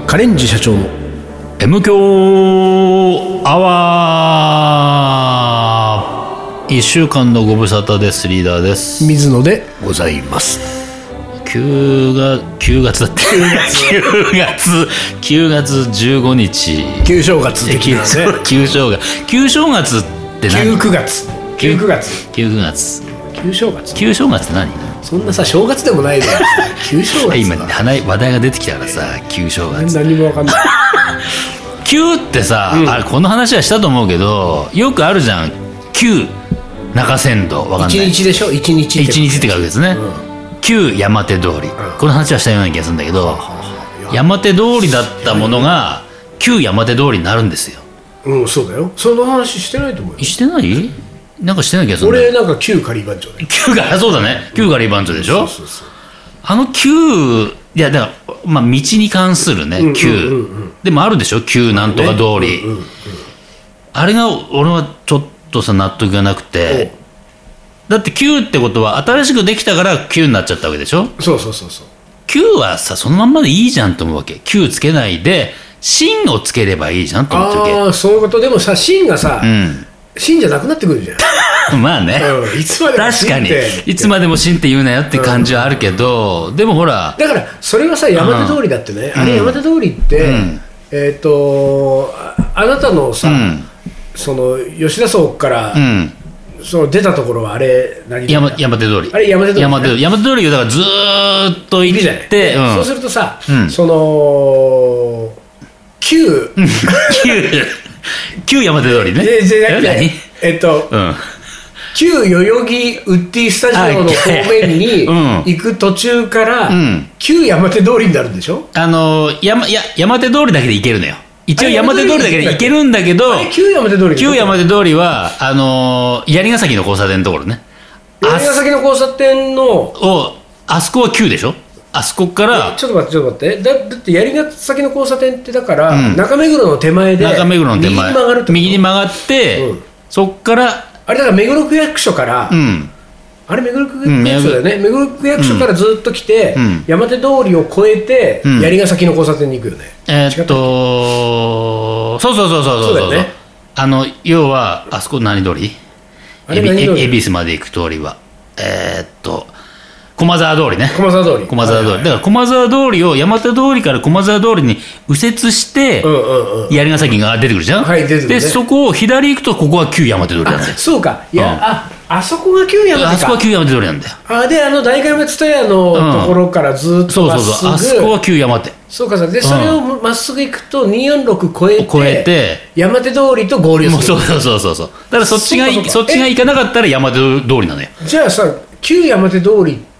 カレンジ社長の M 強アワー。1週間のご無沙汰です。リーダーです。 水野でございます。 9月だって9月15日旧正月的なね。 旧正月って何？ 9月旧正月って何？ そんなさ正月でもないで旧正月今話題が出てきたからさ、旧正月何も分かんない旧ってさ、あれこの話はしたと思うけど、よくあるじゃん。旧中山道、わかんない。 1日でしょ。1日って書くですね、旧山手通り、この話はしたような気がするんだけど、山手通りだったものが旧山手通りになるんですよ。 そうだよ。その話してないと思うよ。 してない？なんかしてない気がするんだよ。 俺なんか旧仮番長だよ。 そうだね、旧仮番長でしょ。 そう旧、いやだからまあ道に関するね、旧、でもあるでしょ、旧なんとか通り、あれが俺はちょっとさ納得がなくて、だって旧ってことは新しくできたから旧になっちゃったわけでしょ。 そう旧はさそのまんまでいいじゃんと思うわけ。旧つけないで新をつければいいじゃんと思ってるわけ。 ああ、そういうこと。でもさ、新がさ、新じゃなくなってくるじゃんまあね、 いつまでも新って、 確かにいつまでも新って言うなよって感じはあるけど、でもほらだからそれはさ、山手通りだってね、あれ山手通りって、あなたのさ、その吉田荘から、その出たところはあれ何山手通り。 あれ山手通り、 山手通りをだからずーっと行ってそうするとさ、その旧山手通りね。 旧代々木ウッディスタジオの方面に行く途中から旧山手通りになるんでしょ。 山手通りだけで行けるのよ。一応山手通りだけで行けるんだけど、 旧山手通りは槍ヶ崎の交差点のところね。 槍ヶ崎の交差点のあそこは旧でしょ。あそこからちょっと待ってだって槍ヶ崎の交差点ってだから、中目黒の手前で右に曲がって、そっからあれだから目黒区役所から、あれ目黒区役所だよね。目黒区役所からずっと来て、山手通りを越えて、槍ヶ崎の交差点に行くよね。 そうだよね。要はあそこ何通り？恵比寿まで行く通りは駒沢通りね。駒沢通り。だから駒沢通りを山手通りから駒沢通りに右折して槍ヶ崎が出てくるじゃん。でそこを左行くとここは旧山手通りなんだよ。 そうか。あそこが旧山手か。 あそこは旧山手通りなんだよ。 で代官山蔦屋のところからずっとまっすぐ。 あそこは旧山手。 そうかさ。でそれをまっすぐ行くと246越えて山手通りと合流する。 そうだからそっちが行かなかったら山手通りなのよ。 じゃあさ、旧山手通りって、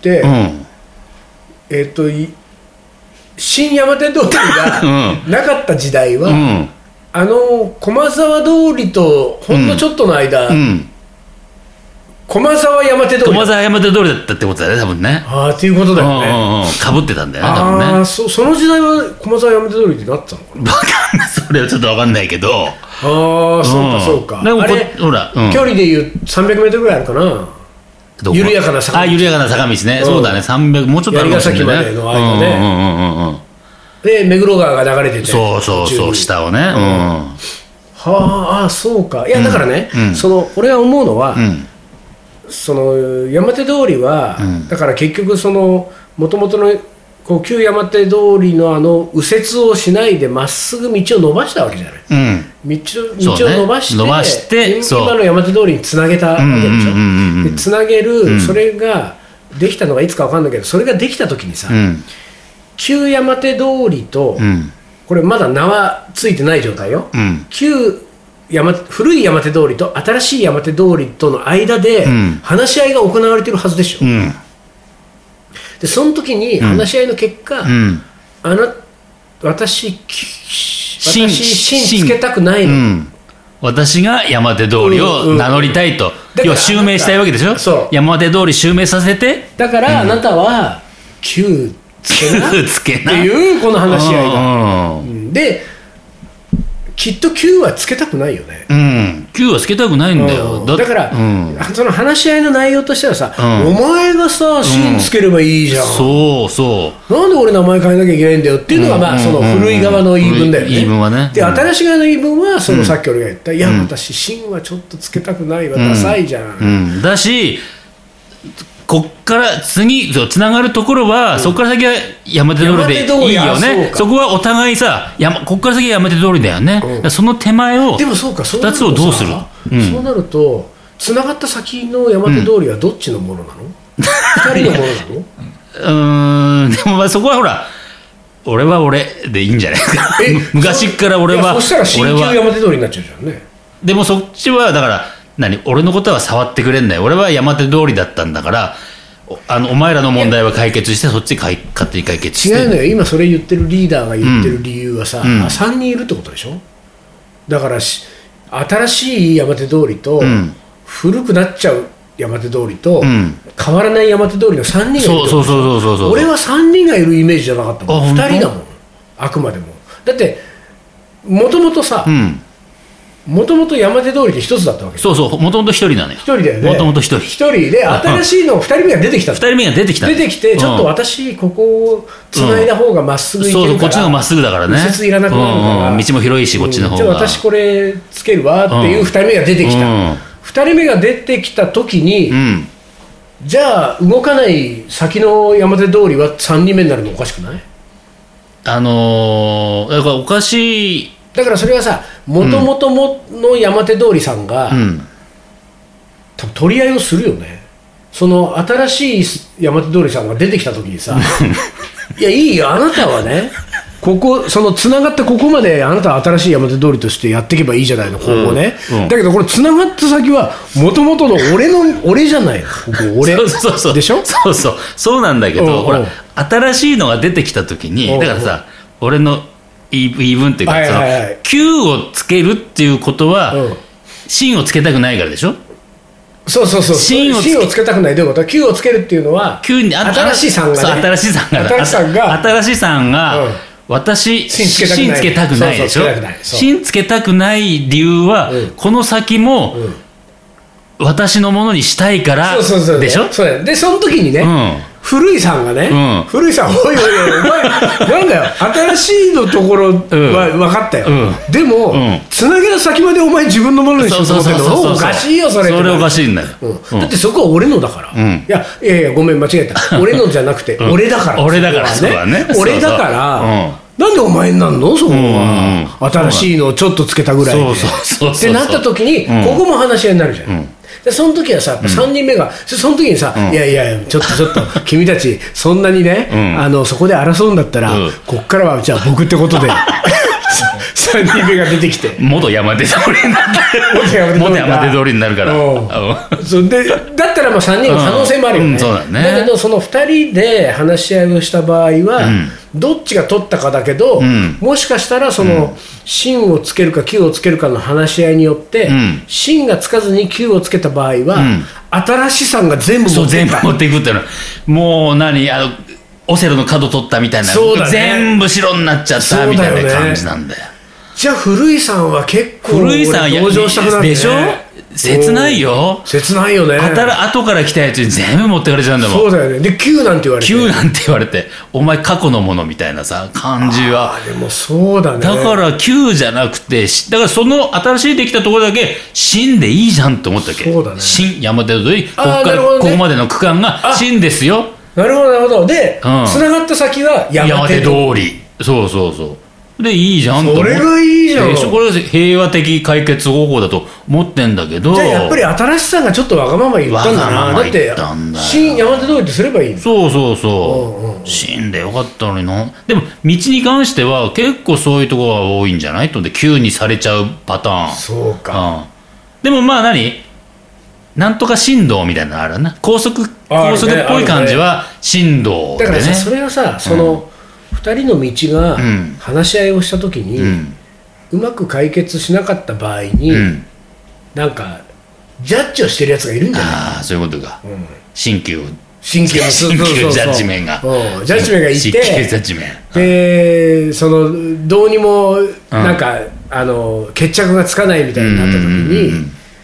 新山手通りがなかった時代は、駒沢通りとほんのちょっとの間、駒沢山手通りだったってことだね、多分ね。っていうことだよね。 かぶってたんだよね、多分ね。 その時代は駒沢山手通りってなってたのかな。 分かんない、それはちょっと分かんないけど。 そうか。 でもあれほら、 距離でいう300メートルぐらいあるかな。緩やかな坂道。 緩やかな坂道ね。そうだね、300、もうちょっとあるかもしれないね。 槍ヶ崎までの間ね。で、目黒川が流れてて。 そう、下をね。 そうか。いや、だからね、俺が思うのは、その山手通りは、だから結局もともとの旧山手通りの右折をしないでまっすぐ道を伸ばしたわけじゃない。道を伸ばして今の山手通りにつなげたわけでしょ。でつなげる、それができたのがいつか分かんないけど、それができた時にさ、旧山手通りと、これまだ名はついてない状態よ。古い山手通りと新しい山手通りとの間で話し合いが行われているはずでしょ。でその時に話し合いの結果、私新つけたくないの、 私が山手通りを名乗りたいと、要は襲名したいわけでしょ。山手通り襲名させて、 だからあなたは旧つけなっていうこの話し合いが、できっと旧はつけたくないよね。 9はつけたくないんだよ、 だから、その話し合いの内容としてはさ、お前がさ芯つければいいじゃん、 そうそうなんで俺名前変えなきゃいけないんだよっていうのが、まあその古い側の言い分だよね。 言い分はね。 で、新しい側の言い分はそのさっき俺が言った、いや私芯はちょっとつけたくないわ、ダサいじゃん、 だしこっから次つながるところは、そこから先は山手通りでいいよね。そこはお互いさ、こっから先は山手通りだよね、その手前を2つをどうする。 そうなるとつながった先の山手通りはどっちのものなの？2人のものなの？ でもまあそこはほら俺は俺でいいんじゃないですか昔から俺は。 そしたら新旧山手通りになっちゃうじゃんね。 でもそっちはだから俺のことは触ってくれんだよ。俺は山手通りだったんだから、お前らの問題は解決して、そっち勝手に解決して。 違うのよ、今それ言ってるリーダーが言ってる理由はさ、3人いるってことでしょ。だから新しい山手通りと、古くなっちゃう山手通りと、変わらない山手通りの3人がいる。そう俺は3人がいるイメージじゃなかったもん。2人だもん、あくまでも。だってもともとさ、もともと山手通りって一つだったわけ。 そうそう、もともと一人なのよ。 一人だよね。 もともと一人で、新しいの2人目が出てきた。 2人目が出てきた。 出てきて、ちょっと私ここをつないだ方がまっすぐ行けるから、 そう、こっちの方がまっすぐだからね。 右折いらなくなるから、 道も広いしこっちの方が。 じゃあ私これつけるわっていう2人目が出てきた。2人目が出てきた時に、じゃあ動かない先の山手通りは3人目になるのおかしくない？だからおかしい。 だからそれはさ、もともとの山手通りさんが、多分取り合いをするよね。その新しい山手通りさんが出てきた時にさいやいいよ、あなたはねそのつながってここまであなたは新しい山手通りとしてやっていけばいいじゃないの、ここね、だけどこれつながった先はもともとの俺じゃないの、ここ俺そうでしょ。 そうなんだけど、ほら新しいのが出てきた時に、だからさ、俺の言い分っていうか、9をつけるっていうことは、芯をつけたくないからでしょ。 そう芯をつけたくない。どういうこと？9をつけるっていうのは、新しいさんがね、 新しいさんが私芯つけたくないでしょ。芯つけたくない理由は、この先も私のものにしたいからでしょ。 でその時にね、古井さんがね、古井さん、おいおいお前なんだよ、新しいのところは分かったよ、でもつなげる先までお前自分のものにしようと思ってるのおかしいよ、それおかしいんだよ。 だってそこは俺のだから、いやごめん間違えた、俺のじゃなくて俺だから俺だからね、 俺だからなんでお前になんの、そこは新しいのをちょっとつけたぐらいでってなった時に、ここも話し合いになるじゃん。でその時はさ、やっぱ3人目が、その時にさ、いやいやちょっと君たちそんなにね、そこで争うんだったら、こっからはじゃあ僕ってことで3人目が出てきて元山手通りになる元山手通りになるからだったら3人の可能性もあるよね。だけどその2人で話し合いをした場合は、どっちが取ったかだけど、もしかしたらその芯をつけるか9をつけるかの話し合いによって、芯がつかずに9をつけた場合は、新しさんが全部持っていくっていうのはもうオセロの角取ったみたいな、全部白になっちゃったみたいな感じなんだよ。 じゃあ古井さんは結構古井さん登場したくなるね。 でしょ。切ないよ。 切ないよね。 後から来たやつに全部持ってかれちゃうんだもん。 そうだよね。で9なんて言われて、 9なんて言われて、お前過去のものみたいなさ感じは。 でもそうだね。 だから9じゃなくて、だからその新しいできたところだけ新でいいじゃんって思ったっけ。 そうだね。 新山手通り、ここからここまでの区間が新ですよ。 なるほどなるほど。で、つながった先は山手通り。そうでいいじゃんと思って。 それがいいじゃん。 これは平和的解決方法だと思ってんだけど、 じゃあやっぱり新しさがちょっとわがまま言ったんだな。だって新山手通りってすればいいの。 そう新でよかったのにな。でも道に関しては結構そういうところが多いんじゃないと。で急にされちゃうパターン。 そうか、 でもまあなんとか振動みたいなのあるな。高速っぽい感じは振動でね。 だからさ、それはさ、その2人の道が話し合いをしたときに、うまく解決しなかった場合に、なんかジャッジをしてるやつがいるんじゃない。 ああ、そういうことか。新旧ジャッジメンがいて、でそのどうにもなんか決着がつかないみたいになった時に、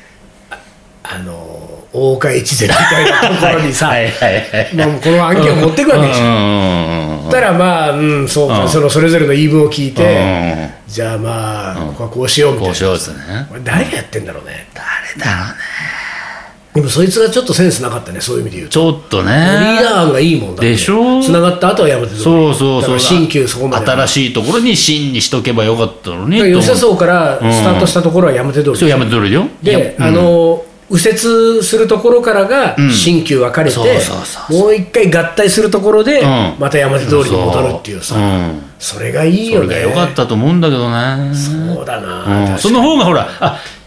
大岡越前みたいなところにさこの案件を持っていくわけでしょ。だからまあ、そうか、それぞれの言い分を聞いて、じゃあまあ、ここはこうしようみたいな。こうしようですね。誰がやってんだろうね。 誰だろうね。 でもそいつがちょっとセンスなかったね、そういう意味で言うと。 ちょっとね、リーダー案がいいもんだでしょ。 つながった後は山手通り。 そうだから新旧そこまで新しいところに新にしとけばよかったのに。 吉田荘からスタートしたところは山手通り。 そう、山手通りよ。 で、右折するところからが新旧分かれて、もう一回合体するところでまた山手通りに戻るっていうさ、それがいいよね。 それが良かったと思うんだけどね。 そうだな。 その方がほら、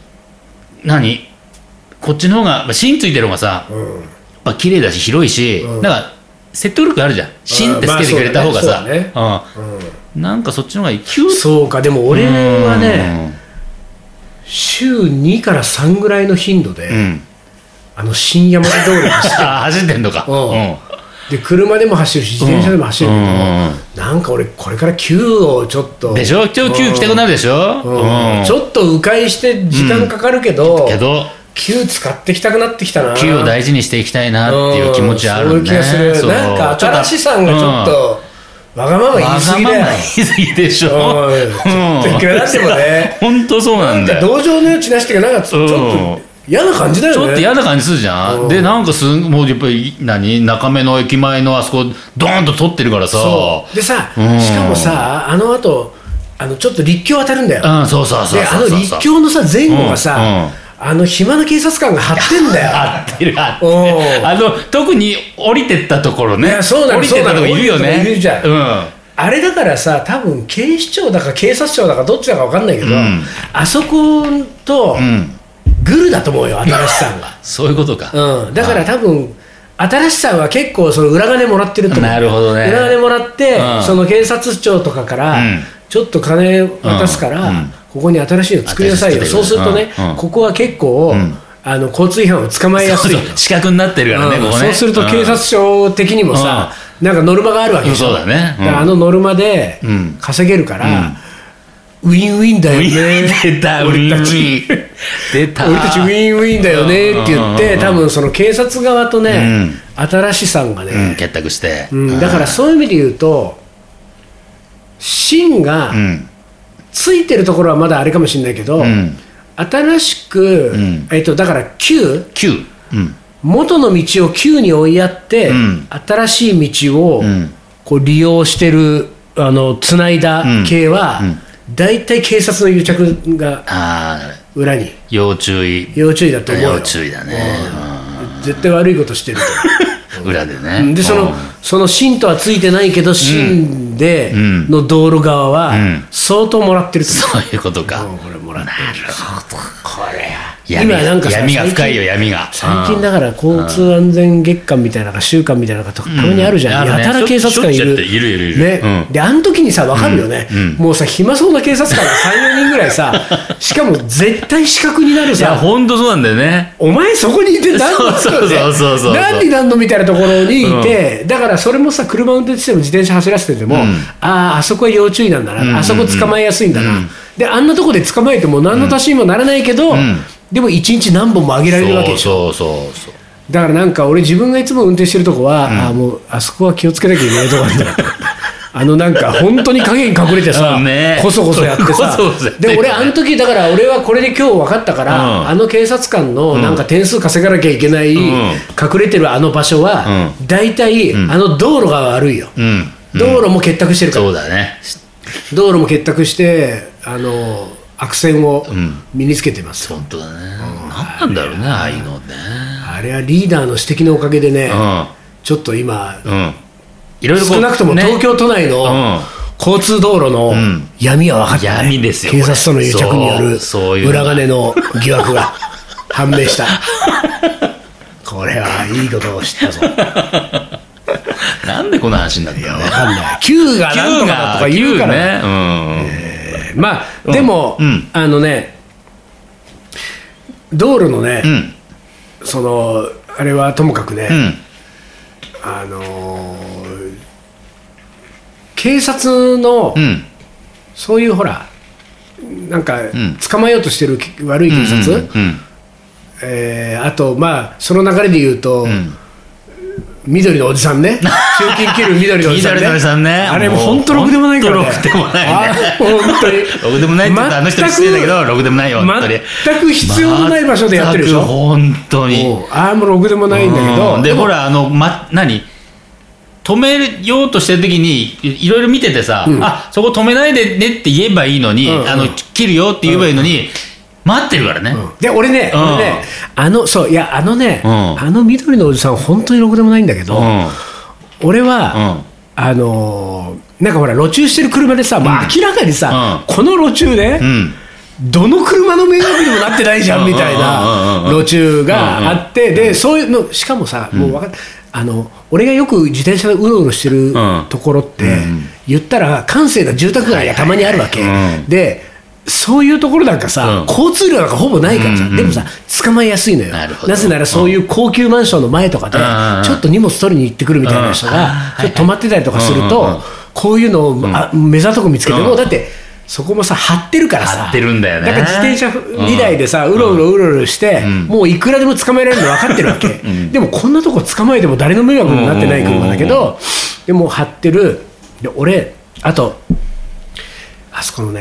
こっちの方が芯ついてる方がさ、綺麗だし広いし、なんか説得力あるじゃん。芯ってつけてくれた方がさ、なんかそっちの方がいい。 そうか。でも俺はね、週2から3ぐらいの頻度で新山手通り走ってんのか。 で車でも走るし自転車でも走るけど、なんか俺これから9をちょっとでしょ。今日9行きたくなるでしょ。 ちょっと迂回して時間かかるけど、9使ってきたくなってきたな。 9を大事にしていきたいなっていう気持ちあるね。 そういう気がする。なんか新しさんがちょっとわがまま言い過ぎだよ。 わがまま言い過ぎでしょ。ちょっといくらだってもね、 本当そうなんだよ。 同情の余地なしっていうか、なんかちょっと嫌な感じだよね。 ちょっと嫌な感じするじゃん。でなんかもうやっぱり中目の駅前のあそこドーンと撮ってるからさ。 でさ、しかもさ、あの後ちょっと立教当たるんだよ。で立教のさ前後がさ、暇な警察官が張ってんだよ。 張ってる。特に降りてったところね。降りてったとこいるよね。 いるじゃん。あれだからさ、多分警視庁だか警察庁だかどっちだか分かんないけど、あそことグルだと思うよ、新しさんが。 そういうことか。 だから多分新しさんは結構その裏金もらってると思う。 なるほどね。 裏金もらってその警察庁とかからちょっと金渡すからここに新しいの作りなさいよ。そうするとね、ここは結構交通違反を捕まえやすい。 死角になってるからね、ここね。 そうすると警察庁的にもさ、なんかノルマがあるわけでしょ。 そうだね。 ノルマで稼げるからウィンウィンだよね。 出た、 俺たち出た。 俺たちウィンウィンだよねって言って、多分その警察側とね、新しさんがね結託して、 だからそういう意味で言うと芯がついてるところはまだあれかもしれないけど、新しくだから9元の道を9に追いやって、新しい道をこう利用してるつないだ系は、大体警察の癒着が裏に。 要注意だと思うよ。 要注意だね。 絶対悪いことしてると裏でね。 でその芯とはついてないけど芯での道路側は相当もらってると。 そういうことか。 これもらってる。 なるほど。 これ闇が深いよ、闇が。 最近だから交通安全月間みたいなのが週間みたいなのがたまにあるじゃん。やたら警察官いる。ね。であの時にさ分かるよね。もうさ暇そうな警察官が3、4人ぐらいさ、しかも絶対死角になるさ。 いや本当そうなんだよね。 お前そこにいて何になんのみたいなところにいて、だからそれもさ車運転しても自転車走らせてても、あそこは要注意なんだな、あそこ捕まえやすいんだな。であんなとこで捕まえても何の足しにもならないけど、でも1日何本も上げられるわけでしょ。だからなんか俺自分がいつも運転してるとこは、もうあそこは気をつけなきゃいけないとこなんだなんか本当に影に隠れてさ、こそこそやってさ、で俺あの時だから俺はこれで今日分かったから、警察官のなんか点数稼がなきゃいけない、隠れてる場所は大体道路が悪いよ。道路も結託してるから。 そうだね。 道路も結託して悪戦を身につけてます。 本当だね。何なんだろうね、ああいうのね。 あれはリーダーの指摘のおかげでね、ちょっと今いろいろ少なくとも東京都内の交通道路の闇は分かったね。 闇ですよ。 警察との癒着による裏金の疑惑が判明した。これはいいことを知ったぞ。 なんでこの話になったの？ 分かんない。9が何とかだとか言うからね。まあでも道路のね、そのあれはともかくね、警察のそういうほらなんか捕まえようとしてる悪い警察、あとまあその流れで言うと、緑のおじさんね、集金切る緑のおじさんね、 緑のおじさんね、 あれも本当ろくでもないからね、 ろくでもないね、 本当にろくでもないって言うとあの人失礼だけど、ろくでもないよ、本当に全く必要のない場所でやってるでしょ、 本当に、 ああもうろくでもないんだけど、 でほら止めようとしてる時にいろいろ見ててさ、あそこ止めないでねって言えばいいのに、切るよって言えばいいのに、待ってるからね。 で俺ね、そういやあの緑のおじさん本当にろくでもないんだけど、俺は、なんかほら路駐してる車でさ、まあ、明らかにさ、この路駐で、どの車の迷惑にもなってないじゃんみたいな路駐があって、でそういうのしかもさ、もう分かっ俺がよく自転車でうろうろしてるところって、言ったら閑静な住宅街がたまにあるわけ、でそういうところなんかさ、交通量なんかほぼないからさ、でもさ捕まえやすいのよ。なぜならそういう高級マンションの前とかでちょっと荷物取りに行ってくるみたいな人がちょっと止まってたりとかすると、こういうのを目ざとく見つけても、だってそこもさ張ってるからさ、 張ってるんだよね。 だから自転車2台でさ、うろうろして、もういくらでも捕まえられるの分かってるわけ、でもこんなとこ捕まえても誰の迷惑にもなってない車だけど、でも張ってる。で俺あとあそこのね、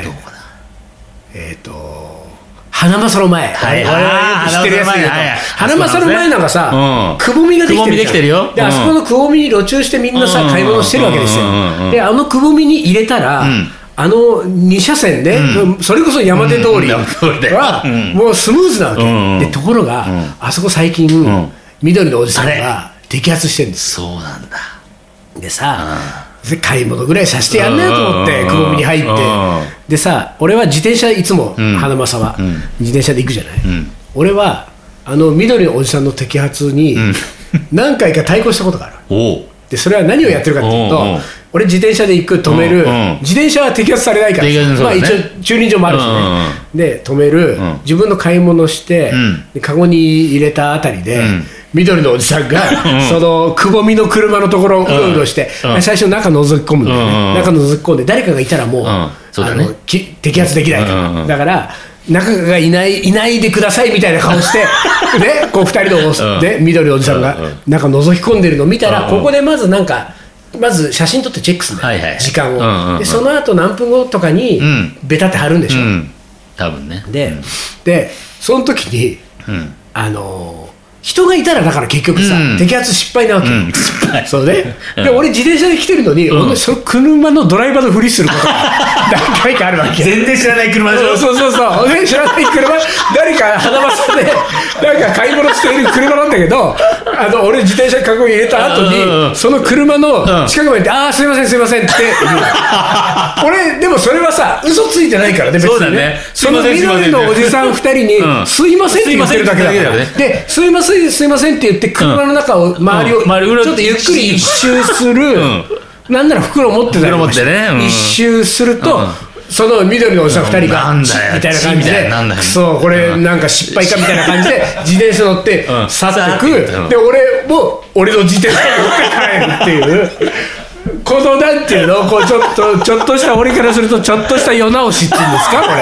花正の前、我々よく知ってるやつで言うと、花正の前なんかさ、くぼみができてるよ。であそこのくぼみに路駐してみんなさ買い物してるわけですよ。でくぼみに入れたら、2車線で、それこそ山手通りはもうスムーズなわけ、でところが、あそこ最近、緑のおじさんが摘発してるんです。 そうなんだ。 でさ、買い物ぐらいさせてやんなよと思ってくぼみに入って、でさ俺は自転車いつも花正は自転車で行くじゃない、俺は緑のおじさんの摘発に何回か対抗したことがある。でそれは何をやってるかっていうと、俺自転車で行く止める、自転車は摘発されないから、まあ一応駐輪場もあるしね、で止める、自分の買い物して、カゴに入れたあたりで、緑のおじさんがそのくぼみの車のところをうろうろして、最初中覗き込むんだよね、中覗き込んで誰かがいたらもう、摘発できないから、だから中がいないでくださいみたいな顔してでこう2人ので緑のおじさんが中覗き込んでるのを見たら、ここでまずまず写真撮ってチェックするんだよ、時間を、でその後何分後とかにベタって貼るんでしょ、 多分ね。 でその時に人がいたらだから結局さ、摘発失敗なわけ、そうね、で俺自転車で来てるのに、俺その車のドライバーのふりすることが何回かあるわけ。 全然知らない車でしょ。 そう知らない車、誰か花正でなんか買い物している車なんだけど、俺自転車にカゴに入れた後に、その車の近くまで行って、ああすいませんって言う俺でもそれはさ嘘ついてないからね、別にね。その緑のおじさん2人にすいませんって言ってるだけだから、ですいませんって言って車の中を周りをちょっとゆっくり一周する、なんなら袋持ってたり一周すると、その緑のおじさん2人がみたいな感じで、そうこれなんか失敗かみたいな感じで自転車乗って去ってく、で俺も俺の自転車に乗って帰るっていうこのなんていうの、こうちょっとした俺からするとちょっとした世直しっていうんですか、これ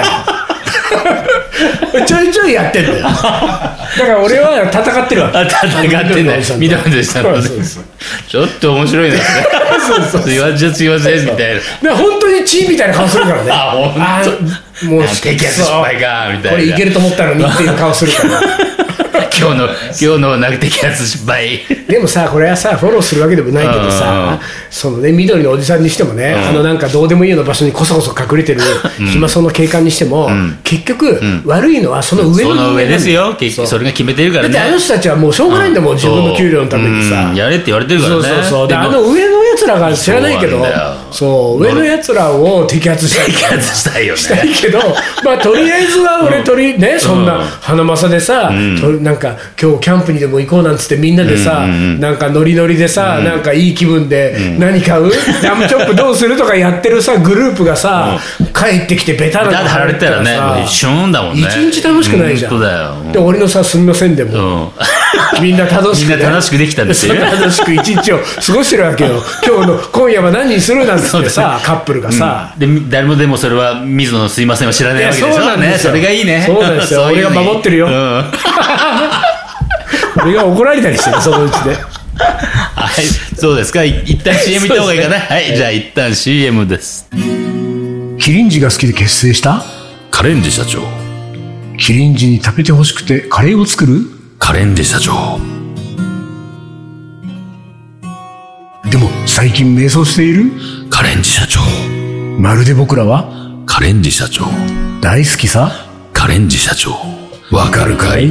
ちょいちょいやってんだよ。だから俺は戦ってるわけ。 戦ってんだよ、緑のおじさんのね。ちょっと面白いな。すいませんみたいな。本当にチーみたいな顔するからね。 もう摘発失敗かみたいな。 これいけると思ったのにっていう顔するから。 今日の摘発失敗。 でもさ、これはさフォローするわけでもないけどさ、そのね緑のおじさんにしてもね、なんかどうでもいいような場所にこそこそ隠れてる暇そうな警官にしても、結局悪いのはその上の人間なんだよ。 ですよ。結局それが決めてるからね。 だって人たちはもうしょうがないんだもん、自分の給料のためにさ、 やれって言われてるからね。 そうで上のやつらが知らないけど、上のやつらを摘発したいよね。 したいけど、まあとりあえずは俺ね、そんな花正でさ、なんか今日キャンプにでも行こうなんつってみんなでさ、なんかノリノリでさ、なんかいい気分で何買う、ジャムチョップどうするとかやってるさグループがさ、帰ってきてベタな貼られたらね、一瞬だもんね。 一日楽しくないじゃん。で俺のさすみませんでもみんな楽しく、ね、 みんな楽しくできたんですよ。 楽しく一日を過ごしてるわけよ。今夜は何にするなんてさ、カップルがさ、 で誰もでもそれは水野のすいませんは知らないわけでしょ。 そうなんですよ、 ね、それがいいね。 そうなんですよ。俺が守ってるよ、俺が怒られたりしてる、そのうちで。 はい、そうですか。一旦 CM 行った方がいいかな、ね、はい、じゃあ一旦 CM です。 キリンジが好きで結成したカレンジ社長。 キリンジに食べてほしくてカレーを作るカレンジ社長。 でも最近迷走しているカレンジ社長。 まるで僕らはカレンジ社長。 大好きさカレンジ社長。わかるかい？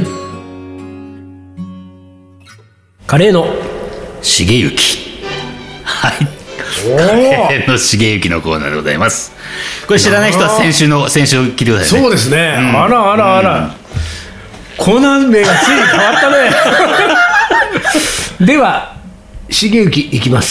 カレーのしげゆき。はい、カレーのしげゆきのコーナーでございます。これ知らない人は先週聞いてくださいね。 そうですね、あらあらあら、コーナー名がついに変わったね。ではしげゆきいきます、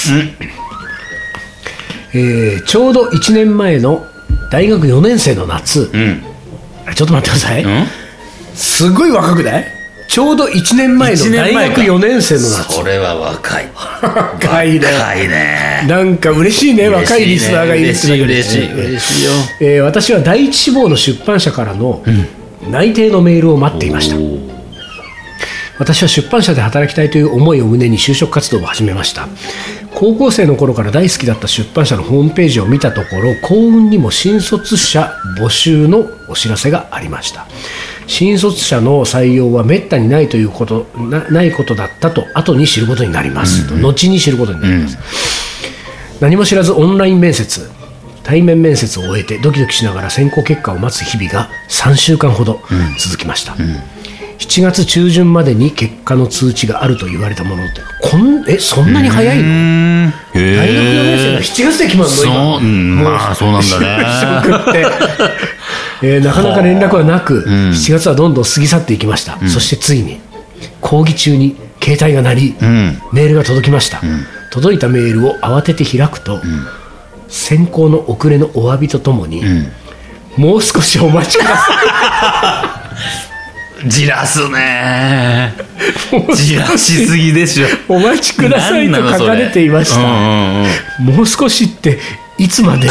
ちょうど1年前の大学4年生の夏、ちょっと待ってください、すごい若くないちょうど1年前の大学4年生の夏。 これは若い。 若いね。 若いね。 なんか嬉しいね、若いリスナーがいるってだけで。 嬉しいよ。 私は第一志望の出版社からの内定のメールを待っていました。私は出版社で働きたいという思いを胸に就職活動を始めました。高校生の頃から大好きだった出版社のホームページを見たところ、幸運にも新卒者募集のお知らせがありました。新卒者の採用はめったにないことだったと後に知ることになります、後に知ることになります、何も知らずオンライン面接、対面面接を終えてドキドキしながら選考結果を待つ日々が3週間ほど続きました、7月中旬までに結果の通知があると言われたもので、そんなに早いの？大学4年生が7月で決まるの今。 まあそうなんだね。 なかなか連絡はなく、7月はどんどん過ぎ去っていきました、そしてついに講義中に携帯が鳴り、メールが届きました、届いたメールを慌てて開くと、選考の遅れのお詫びとともに、もう少しお待ちください。 じらすね。じらしすぎでしょ。 お待ちくださいと書かれていました。もう少しっていつまで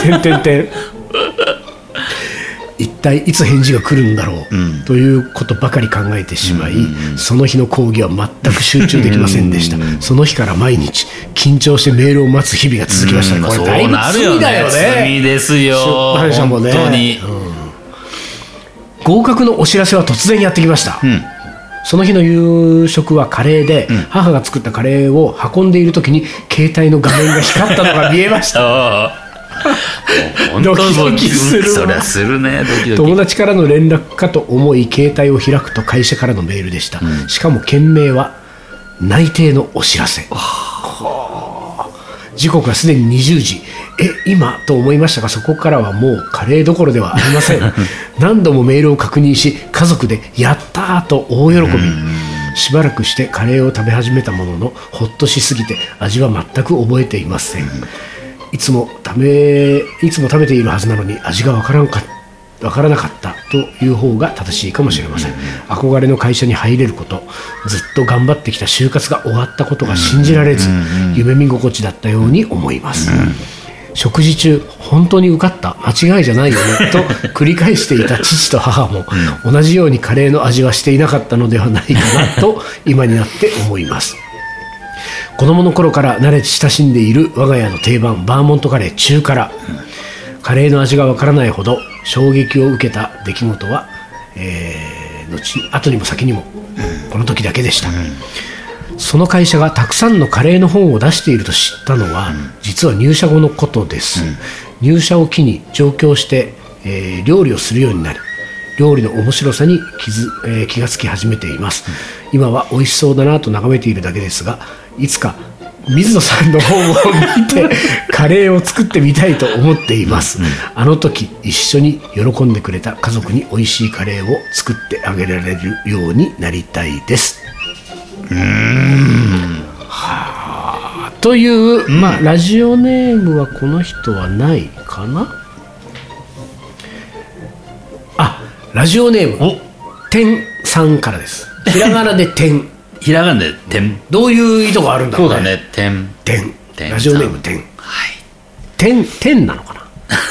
一体いつ返事が来るんだろう、ということばかり考えてしまい、その日の講義は全く集中できませんでした。その日から毎日緊張してメールを待つ日々が続きました。これだいぶ罪だよね。 罪ですよ。 出版社もね。 本当に。 合格のお知らせは突然やってきました、その日の夕食はカレーで、母が作ったカレーを運んでいる時に携帯の画面が光ったのが見えました。ドキドキするわ。 そりゃするね。ドキドキ。 友達からの連絡かと思い携帯を開くと会社からのメールでした、しかも件名は内定のお知らせ。時刻はすでに20時。今と思いましたが、そこからはもうカレーどころではありません。何度もメールを確認し、家族でやったーと大喜び。しばらくしてカレーを食べ始めたものの、ほっとしすぎて味は全く覚えていません。いつも食べているはずなのに味がわからなかったという方が正しいかもしれません。憧れの会社に入れること、ずっと頑張ってきた就活が終わったことが信じられず、夢見心地だったように思います。食事中、本当に受かった、間違いじゃないよねと繰り返していた父と母も、同じようにカレーの味はしていなかったのではないかなと今になって思います。子供の頃から慣れ親しんでいる我が家の定番バーモントカレー中辛、カレーの味がわからないほど衝撃を受けた出来事は、後にも先にもこの時だけでした。その会社がたくさんのカレーの本を出していると知ったのは、実は入社後のことです。入社を機に上京して、料理をするようになり、料理の面白さに気がつき始めています。今は美味しそうだなと眺めているだけですが、いつか水野さんの本を見てカレーを作ってみたいと思っています。あの時一緒に喜んでくれた家族に美味しいカレーを作ってあげられるようになりたいです。という、ラジオネームはこの人はないかな。ラジオネーム天さんからです。ひらがなで天ひらがなで点。 どういう意図があるんだろね。 そううだね、点。 ラジオネーム点。 はい。 点なのかな。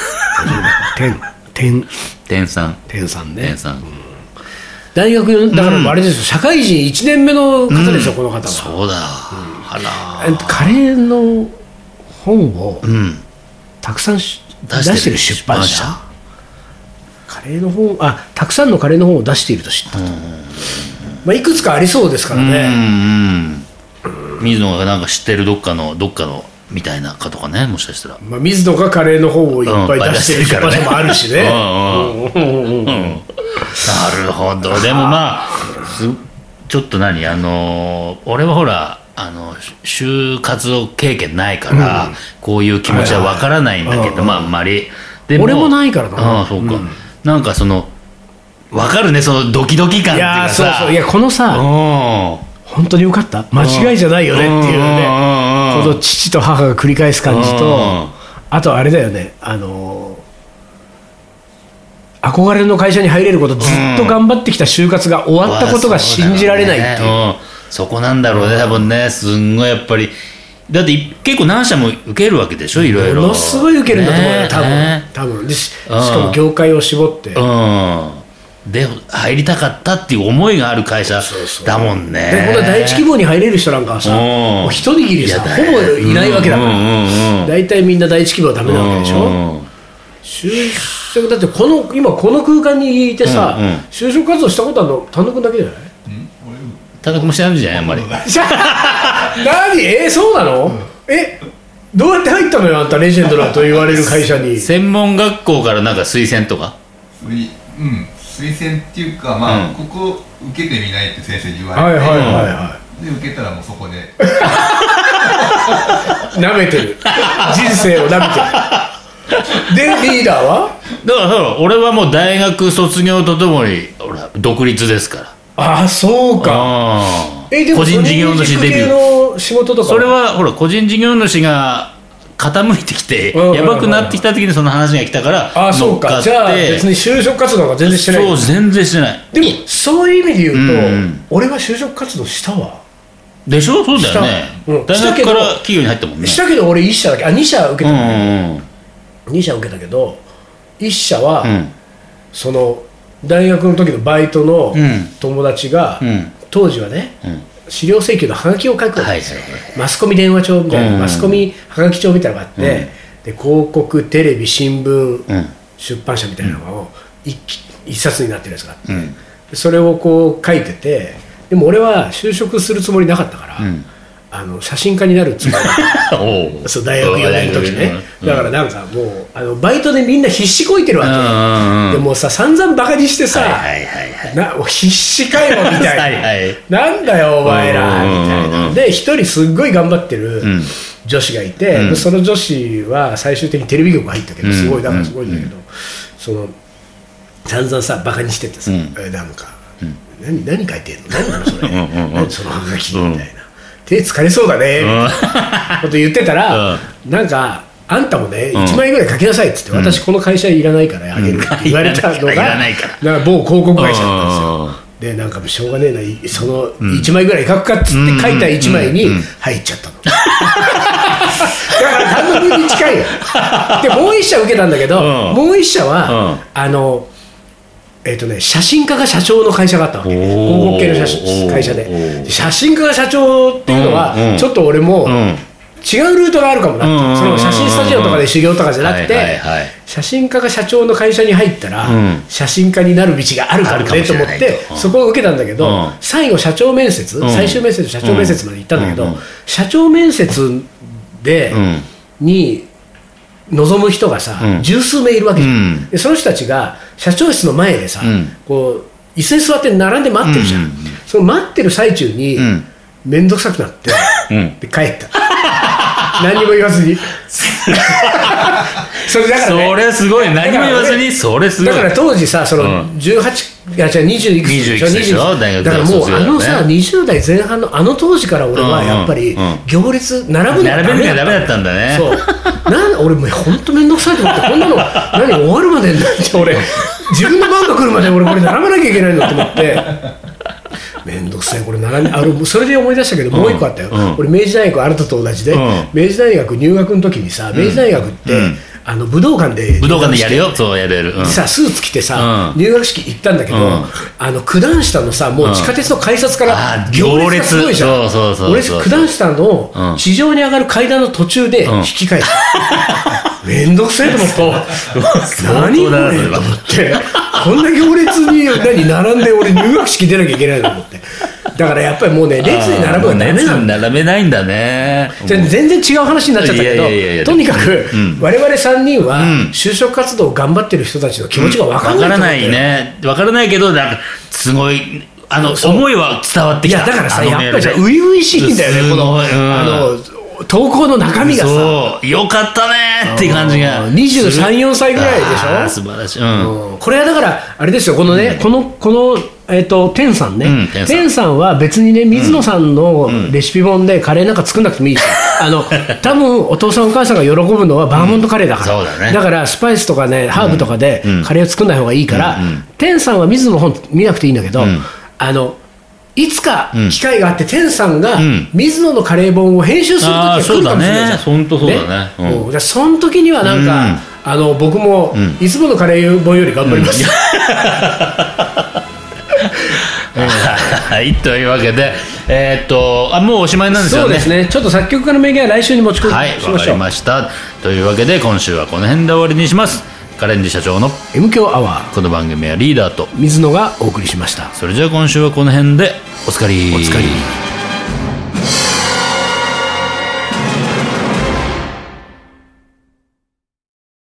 点さん。 点さんね。 点さん。 大学だからあれですよ、社会人1年目の方ですよ、この方は。 そうだ。あら。 カレーの本をたくさん出してる出版社。カレーの本、たくさんのカレーの本を出していると知ったと。まあいくつかありそうですからね。 水野がなんか知ってるどっかのみたいなかとかね、もしかしたら。 まあ水野がカレーの本をいっぱい出してる出版社もあるしね。 なるほど。でもまあちょっと俺はほら就活動経験ないから、こういう気持ちはわからないんだけど、まああんまり。でも俺もないからな。 そうか。なんかわかるね、そのドキドキ感っていうかさ。 いやそうそう、いやこのさ、本当によかった、間違いじゃないよねっていうね、この父と母が繰り返す感じと、あとあれだよね、憧れの会社に入れること、ずっと頑張ってきた就活が終わったことが信じられないっていう、 そこなんだろうね、多分ね。すんごいやっぱりだって結構何社も受けるわけでしょ、いろいろ。 ものすごい受けるんだと思うよ、多分でしかも業界を絞って、 で入りたかったっていう思いがある会社だもんね。 でこの第一希望に入れる人なんかはさ、もう一握りさ、ほぼいないわけだから、大体みんな第一希望はダメなわけでしょ。就職だって今この空間にいてさ、就職活動したことあるの単独だけじゃない？ 単独もしてないんじゃない、あんまり。 何？そうなの？どうやって入ったのよ、あんたレジェンドだと言われる会社に。 専門学校からなんか推薦とか。 推薦っていうか、まあここ受けてみないって先生に言われて、で受けたらもうそこで舐めてる、人生を舐めてる。でリーダーはだから俺はもう大学卒業とともに独立ですから。 そうか。でも個人事業主デビューの仕事とかそれはほら個人事業主が傾いてきてやばくなってきた時にその話が来たからそうか。じゃあ別に就職活動が全然してない。 そう全然してない。 でもそういう意味で言うと、俺は就職活動したわ。 でしょ。そうだよね。大学から企業に入ったもんね。 したけど俺1社だけ2社受けた2社受けたけど、1社はその大学の時のバイトの友達が当時はね、資料請求のハガキを書くわけですよ。マスコミ電話帳みたいな、マスコミハガキ帳みたいなのがあって、で広告、テレビ、新聞、出版社みたいなのを一冊になってるやつがあって、それをこう書いてて、でも俺は就職するつもりなかったから、写真家になるつもりだったそう大学4年の時ね。だからなんかもうバイトでみんな必死こいてるわけで、もうさ散々バカにしてさ、必死かよみたいな、なんだよお前らみたいな。で一人すっごい頑張ってる女子がいて、その女子は最終的にテレビ局入ったけど、すごいだからすごいんだけど、その散々さバカにしててさ、なんか何書いてんの、何なのそれ、何そのハガキみたいな、手疲れそうだねみたいなこと言ってたら、なんかあんたもね1枚ぐらい書きなさいっつって、私この会社いらないからあげるって言われたのがなんか某広告会社だったんですよ。でなんかしょうがねえな、その1枚ぐらい書くかっつって書いた1枚に入っちゃったの。だから単独に近いよ。でもう1社受けたんだけど、もう1社は写真家が社長の会社があったわけ。広告系の会社で、写真家が社長っていうのはちょっと俺も違うルートがあるかもなって、その写真スタジオとかで修行とかじゃなくて、写真家が社長の会社に入ったら写真家になる道があるかもねと思ってそこを受けたんだけど、最後社長面接、最終面接社長面接まで行ったんだけど、社長面接に望む人がさ、十数名いるわけじゃん。でその人たちが社長室の前でさ、こう椅子に座って並んで待ってるじゃん。その待ってる最中に面倒くさくなってで帰った。何も言わずに。それだからね、 それすごい、何も言わずに、それすごい。 だから当時さ、その18、いや20いくつでしょ、 大学だからもうさ20代前半の当時から俺はやっぱり行列並ぶのがダメだったんだね。 そう俺もう本当面倒くさいと思って、こんなの何終わるまで俺自分の番が来るまで俺これ並ばなきゃいけないのと思ってめんどくさいこれそれで思い出したけど、もう一個あったよ、俺明治大学あなたと同じで、明治大学入学の時にさ、明治大学って、武道館でやるよ、そうやる、 さスーツ着てさ、入学式行ったんだけど、九段下のさ、もう地下鉄の改札から行列がすごいじゃん。俺九段下の地上に上がる階段の途中で引き返した、めんどくさいと思って何これと思って、こんな行列に並んで俺入学式出なきゃいけないと思って。だからやっぱりもうね、列に並ぶのはダメなんだ。 並べないんだね。 全然違う話になっちゃったけど、とにかく我々3人は就職活動を頑張ってる人たちの気持ちが分からない。 分からないね。分からないけど、なんかすごい思いは伝わってきた。 いやだからさ、やっぱり初々しいんだよね、この投稿の中身がさ、 そうよかったねっていう感じが。 23、4歳ぐらいでしょ。 素晴らしい。 これはだからあれですよ、このね、この天さんね、天さんは別にね、水野さんのレシピ本でカレーなんか作んなくてもいいし、多分お父さんお母さんが喜ぶのはバーモントカレーだから、だからスパイスとかね、ハーブとかでカレーを作んない方がいいから、天さんは水野の本見なくていいんだけど、いつか機会があって天さんが水野のカレー本を編集する時が来るかもしれないじゃん。 本当そうだね。 その時にはなんか僕もいつものカレー本より頑張ります。 はい、というわけでもうおしまいなんですよね。 そうですね。ちょっと作曲家の名言は来週に持ち越しましょう。 はい、わかりました。というわけで今週はこの辺で終わりにします。カレンジ社長の M 強アワー、 この番組はリーダーと水野がお送りしました。 それじゃあ今週はこの辺でおつかり。